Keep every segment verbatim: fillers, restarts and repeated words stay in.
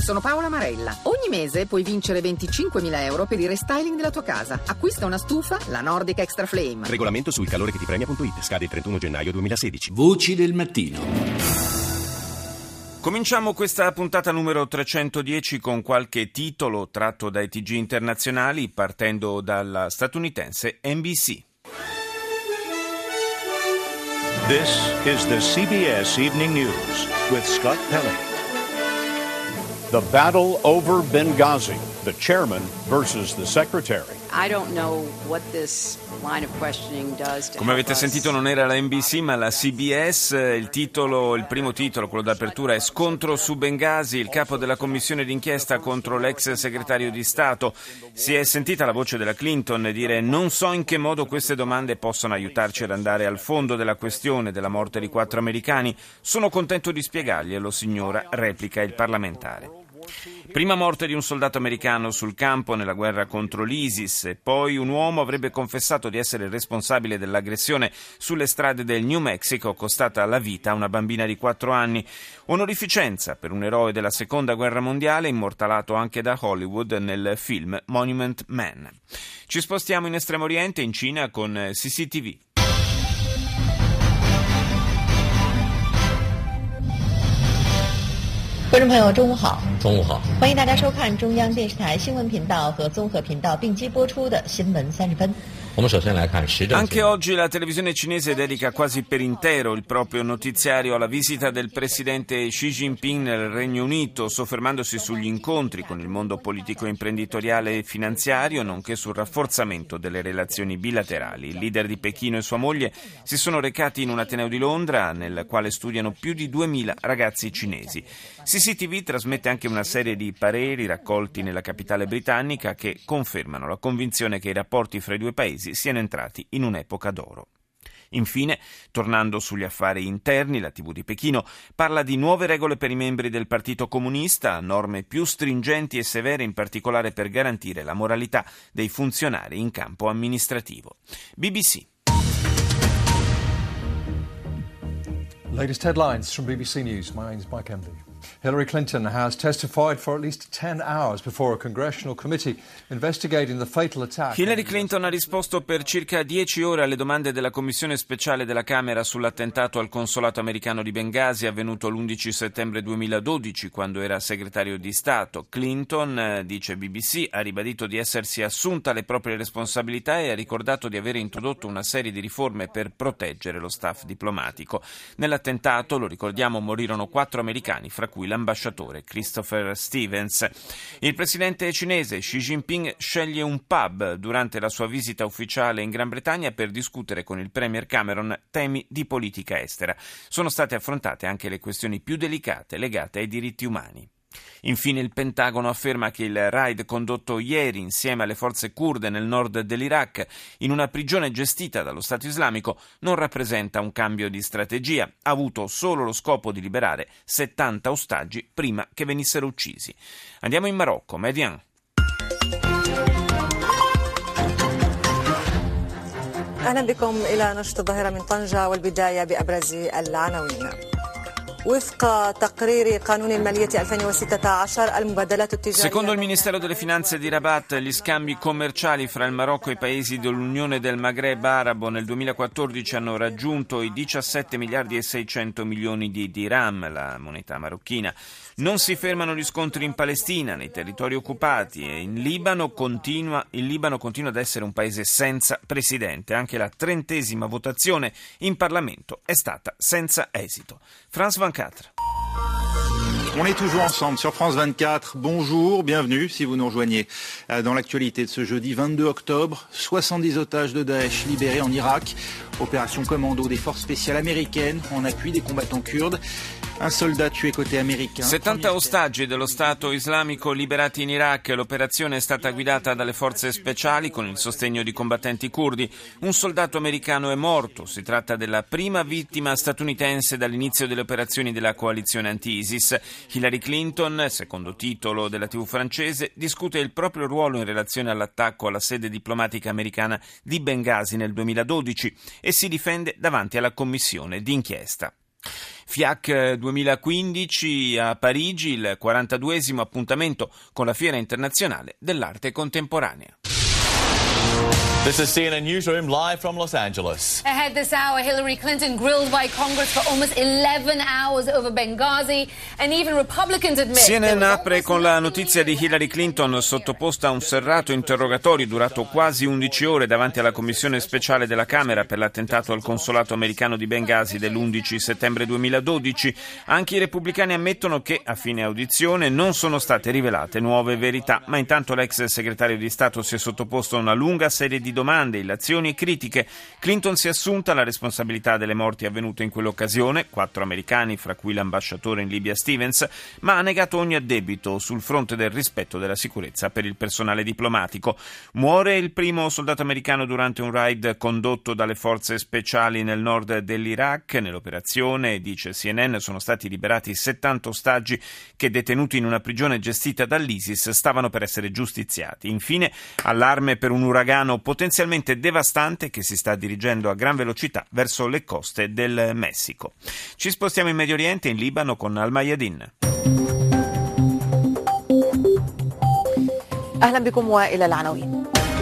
sono Paola Marella. Ogni mese puoi vincere venticinquemila euro per il restyling della tua casa. Acquista una stufa, la Nordic Extra Flame. Regolamento sul calore che ti premia punto it. Scade il trentuno gennaio duemilasedici. Voci del mattino. Cominciamo questa puntata numero trecentodieci con qualche titolo tratto dai T G internazionali, partendo dalla statunitense N B C. This is the C B S Evening News with Scott Pelley. The battle over Benghazi, the chairman versus the secretary. I don't know what this line of questioning does to Come avete sentito non era la N B C ma la C B S. Il titolo, il primo titolo, quello d'apertura, è Scontro su Benghazi, il capo della commissione d'inchiesta contro l'ex segretario di Stato. Si è sentita la voce della Clinton dire: non so in che modo queste domande possano aiutarci ad andare al fondo della questione della morte di quattro americani. Sono contento di spiegarglielo, signora, replica il parlamentare. Prima morte di un soldato americano sul campo nella guerra contro l'ISIS e poi un uomo avrebbe confessato di essere responsabile dell'aggressione sulle strade del New Mexico costata la vita a una bambina di quattro anni. Onorificenza per un eroe della seconda guerra mondiale immortalato anche da Hollywood nel film Monument Man. Ci spostiamo in Estremo Oriente, in Cina, con C C T V. 观众朋友，中午好！中午好！欢迎大家收看中央电视台新闻频道和综合频道并机播出的新闻三十分。 Anche oggi la televisione cinese dedica quasi per intero il proprio notiziario alla visita del presidente Xi Jinping nel Regno Unito, soffermandosi sugli incontri con il mondo politico, imprenditoriale e finanziario, nonché sul rafforzamento delle relazioni bilaterali. Il leader di Pechino e sua moglie si sono recati in un ateneo di Londra, nel quale studiano più di duemila ragazzi cinesi. C C T V trasmette anche una serie di pareri raccolti nella capitale britannica che confermano la convinzione che i rapporti fra i due paesi siano entrati in un'epoca d'oro. Infine, tornando sugli affari interni, la tivù di Pechino parla di nuove regole per i membri del Partito Comunista, norme più stringenti e severe in particolare per garantire la moralità dei funzionari in campo amministrativo. B B C. Latest headlines from B B C News. My name is Mike Embley. Hillary Clinton has testified for at least ten hours before a congressional committee investigating the fatal attack. Hillary Clinton ha risposto per circa dieci ore alle domande della commissione speciale della Camera sull'attentato al consolato americano di Benghazi avvenuto l'undici settembre duemiladodici, quando era segretario di Stato. Clinton, dice B B C, ha ribadito di essersi assunta le proprie responsabilità e ha ricordato di aver introdotto una serie di riforme per proteggere lo staff diplomatico. Nell'attentato, lo ricordiamo, morirono quattro americani, fra cui l'ambasciatore Christopher Stevens. Il presidente cinese Xi Jinping sceglie un pub durante la sua visita ufficiale in Gran Bretagna per discutere con il premier Cameron temi di politica estera. Sono state affrontate anche le questioni più delicate legate ai diritti umani. Infine il Pentagono afferma che il raid condotto ieri insieme alle forze curde nel nord dell'Iraq in una prigione gestita dallo Stato Islamico non rappresenta un cambio di strategia, ha avuto solo lo scopo di liberare settanta ostaggi prima che venissero uccisi. Andiamo in Marocco, Median. أهلا بكم إلى نشرة الظاهرة من طنجة والبداية بأبرز العناوين. Secondo il Ministero delle Finanze di Rabat, gli scambi commerciali fra il Marocco e i paesi dell'Unione del Maghreb arabo nel duemilaquattordici hanno raggiunto i diciassette miliardi e seicento milioni di dirham, la moneta marocchina. Non si fermano gli scontri in Palestina, nei territori occupati, e in Libano continua, il Libano continua ad essere un paese senza presidente. Anche la trentesima votazione in Parlamento è stata senza esito. France ventiquattro. On est toujours ensemble sur France vingt-quatre. Bonjour, bienvenue si vous nous rejoignez dans l'actualité de ce jeudi vingt-deux octobre. soixante-dix otages de Daesh libérés en Irak. Opération commando des forces spéciales américaines en appui des combattants kurdes. Un soldat tué côté américain. settanta ostaggi dello Stato islamico liberati in Iraq. L'operazione è stata guidata dalle forze speciali con il sostegno di combattenti curdi. Un soldato americano è morto. Si tratta della prima vittima statunitense dall'inizio delle operazioni della coalizione anti-ISIS. Hillary Clinton, secondo titolo della tivù francese, discute il proprio ruolo in relazione all'attacco alla sede diplomatica americana di Benghazi nel duemiladodici e si difende davanti alla commissione d'inchiesta. F I A C duemilaquindici a Parigi, il quarantaduesimo appuntamento con la Fiera Internazionale dell'Arte Contemporanea. This is C N N Newsroom live from Los Angeles. Ahead this hour, Hillary Clinton grilled by Congress for almost eleven hours over Benghazi, and even Republicans admit... C N N apre con la notizia di Hillary Clinton sottoposta a un serrato interrogatorio durato quasi undici ore davanti alla commissione speciale della Camera per l'attentato al consolato americano di Benghazi dell'undici settembre duemiladodici. Anche i repubblicani ammettono che a fine audizione non sono state rivelate nuove verità, ma intanto l'ex segretario di Stato si è sottoposto a una lunga serie di domande, illazioni e critiche. Clinton si è assunta la responsabilità delle morti avvenute in quell'occasione, quattro americani, fra cui l'ambasciatore in Libia Stevens, ma ha negato ogni addebito sul fronte del rispetto della sicurezza per il personale diplomatico. Muore il primo soldato americano durante un raid condotto dalle forze speciali nel nord dell'Iraq. Nell'operazione, dice C N N, sono stati liberati settanta ostaggi che, detenuti in una prigione gestita dall'ISIS, stavano per essere giustiziati. Infine, allarme per un uragano potenzialmente devastante che si sta dirigendo a gran velocità verso le coste del Messico. Ci spostiamo in Medio Oriente, in Libano, con Al-Mayadin. أهلا بكم وإلى العناوين.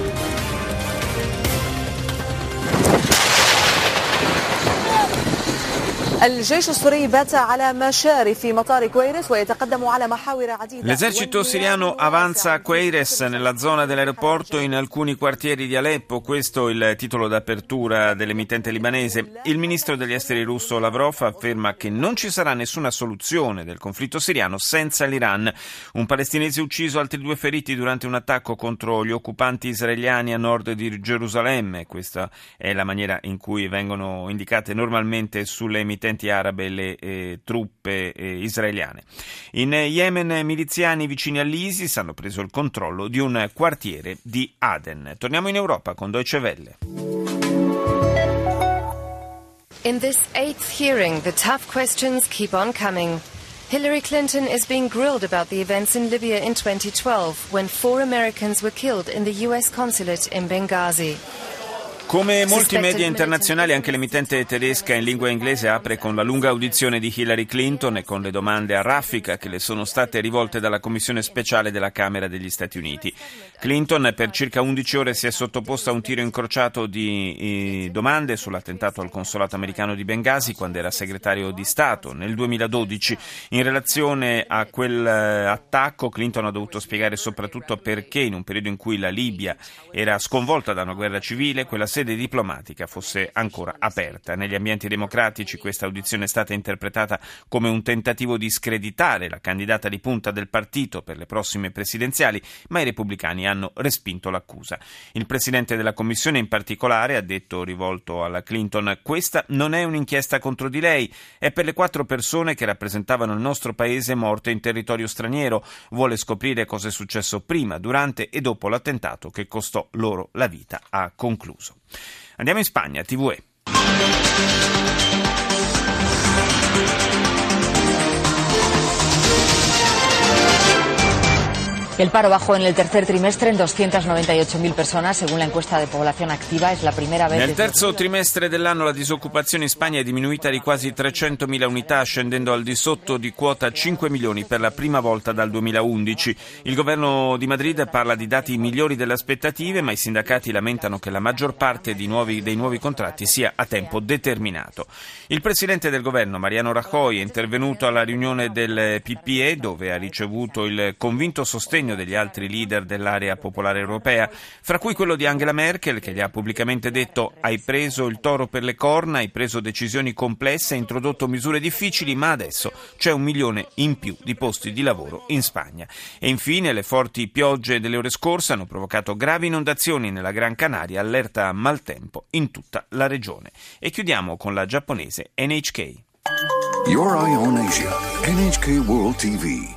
L'esercito siriano avanza a Queires, nella zona dell'aeroporto, in alcuni quartieri di Aleppo. Questo è il titolo d'apertura dell'emittente libanese. Il ministro degli esteri russo Lavrov afferma che non ci sarà nessuna soluzione del conflitto siriano senza l'Iran. Un palestinese ucciso, altri due feriti durante un attacco contro gli occupanti israeliani a nord di Gerusalemme. Questa è la maniera in cui vengono indicate normalmente sulle emittenti arabe le eh, truppe eh, israeliane. In Yemen, miliziani vicini all'ISIS hanno preso il controllo di un quartiere di Aden. Torniamo in Europa con Deutsche Welle. In this eighth hearing, the tough questions keep on coming. Hillary Clinton is being grilled about the events in Libya in twenty twelve, when four Americans were killed in the U S consulate in Benghazi. Come molti media internazionali, anche l'emittente tedesca in lingua inglese apre con la lunga audizione di Hillary Clinton e con le domande a raffica che le sono state rivolte dalla Commissione speciale della Camera degli Stati Uniti. Clinton per circa undici ore si è sottoposta a un tiro incrociato di eh, domande sull'attentato al consolato americano di Benghazi quando era segretario di Stato nel duemiladodici. In relazione a quell'attacco, Clinton ha dovuto spiegare soprattutto perché, in un periodo in cui la Libia era sconvolta da una guerra civile, quella sede diplomatica fosse ancora aperta. Negli ambienti democratici questa audizione è stata interpretata come un tentativo di screditare la candidata di punta del partito per le prossime presidenziali, ma i repubblicani hanno respinto l'accusa. Il presidente della commissione in particolare ha detto, rivolto alla Clinton: questa non è un'inchiesta contro di lei, è per le quattro persone che rappresentavano il nostro paese morte in territorio straniero. Vuole scoprire cosa è successo prima, durante e dopo l'attentato che costò loro la vita, ha concluso. Andiamo in Spagna, T V E. El paro bajó en el tercer trimestre en duecentonovantotto mila personas, según la encuesta de población activa. Es la primera vez. Nel terzo trimestre dell'anno la disoccupazione in Spagna è diminuita di quasi trecentomila unità, scendendo al di sotto di quota cinque milioni per la prima volta dal duemilaundici. Il governo di Madrid parla di dati migliori delle aspettative, ma i sindacati lamentano che la maggior parte di nuovi, dei nuovi contratti sia a tempo determinato. Il presidente del governo, Mariano Rajoy, è intervenuto alla riunione del P P E, dove ha ricevuto il convinto sostegno degli altri leader dell'area popolare europea, fra cui quello di Angela Merkel, che gli ha pubblicamente detto: hai preso il toro per le corna, hai preso decisioni complesse, hai introdotto misure difficili, ma adesso c'è un milione in più di posti di lavoro in Spagna. E infine le forti piogge delle ore scorse hanno provocato gravi inondazioni nella Gran Canaria, allerta maltempo in tutta la regione. E chiudiamo con la giapponese N H K. Your Eye on Asia, N H K World T V.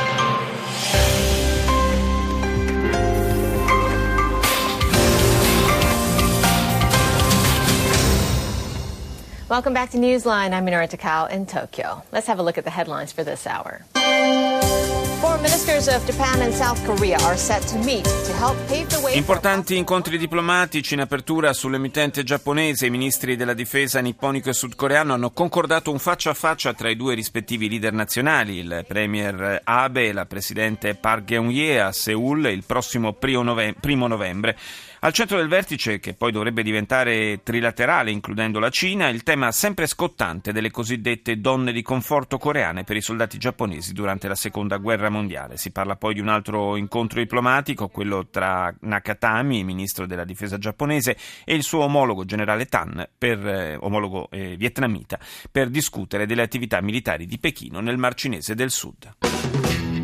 Welcome back to Newsline. I'm Minoru Takao in Tokyo. Let's have a look at the headlines for this hour. Foreign ministers of Japan and South Korea are set to meet to help pave the way. Importanti incontri diplomatici in apertura sull'emittente giapponese. I ministri della difesa nipponico e sudcoreano hanno concordato un faccia a faccia tra i due rispettivi leader nazionali, il premier Abe e la presidente Park Geun-hye, a Seoul il prossimo primo novembre. Al centro del vertice, che poi dovrebbe diventare trilaterale includendo la Cina, il tema sempre scottante delle cosiddette donne di conforto coreane per i soldati giapponesi durante la seconda guerra mondiale. Si parla poi di un altro incontro diplomatico, quello tra Nakatami, ministro della difesa giapponese, e il suo omologo generale Tan, per, eh, omologo eh, vietnamita, per discutere delle attività militari di Pechino nel Mar Cinese del Sud.